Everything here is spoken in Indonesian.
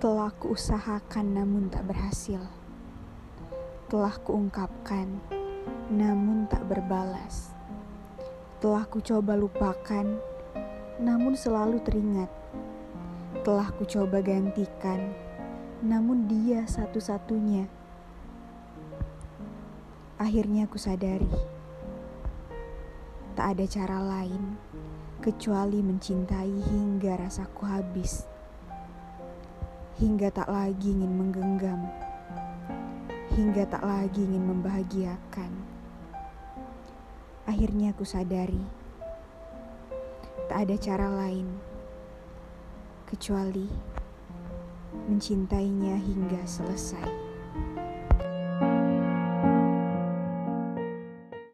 Telah kuusahakan namun tak berhasil. Telah kuungkapkan namun tak berbalas. Telah kucoba lupakan namun selalu teringat. Telah kucoba gantikan namun dia satu-satunya. Akhirnya kusadari tak ada cara lain kecuali mencintai hingga rasaku habis. Hingga tak lagi ingin menggenggam, hingga tak lagi ingin membahagiakan. Akhirnya aku sadari, tak ada cara lain kecuali mencintainya hingga selesai.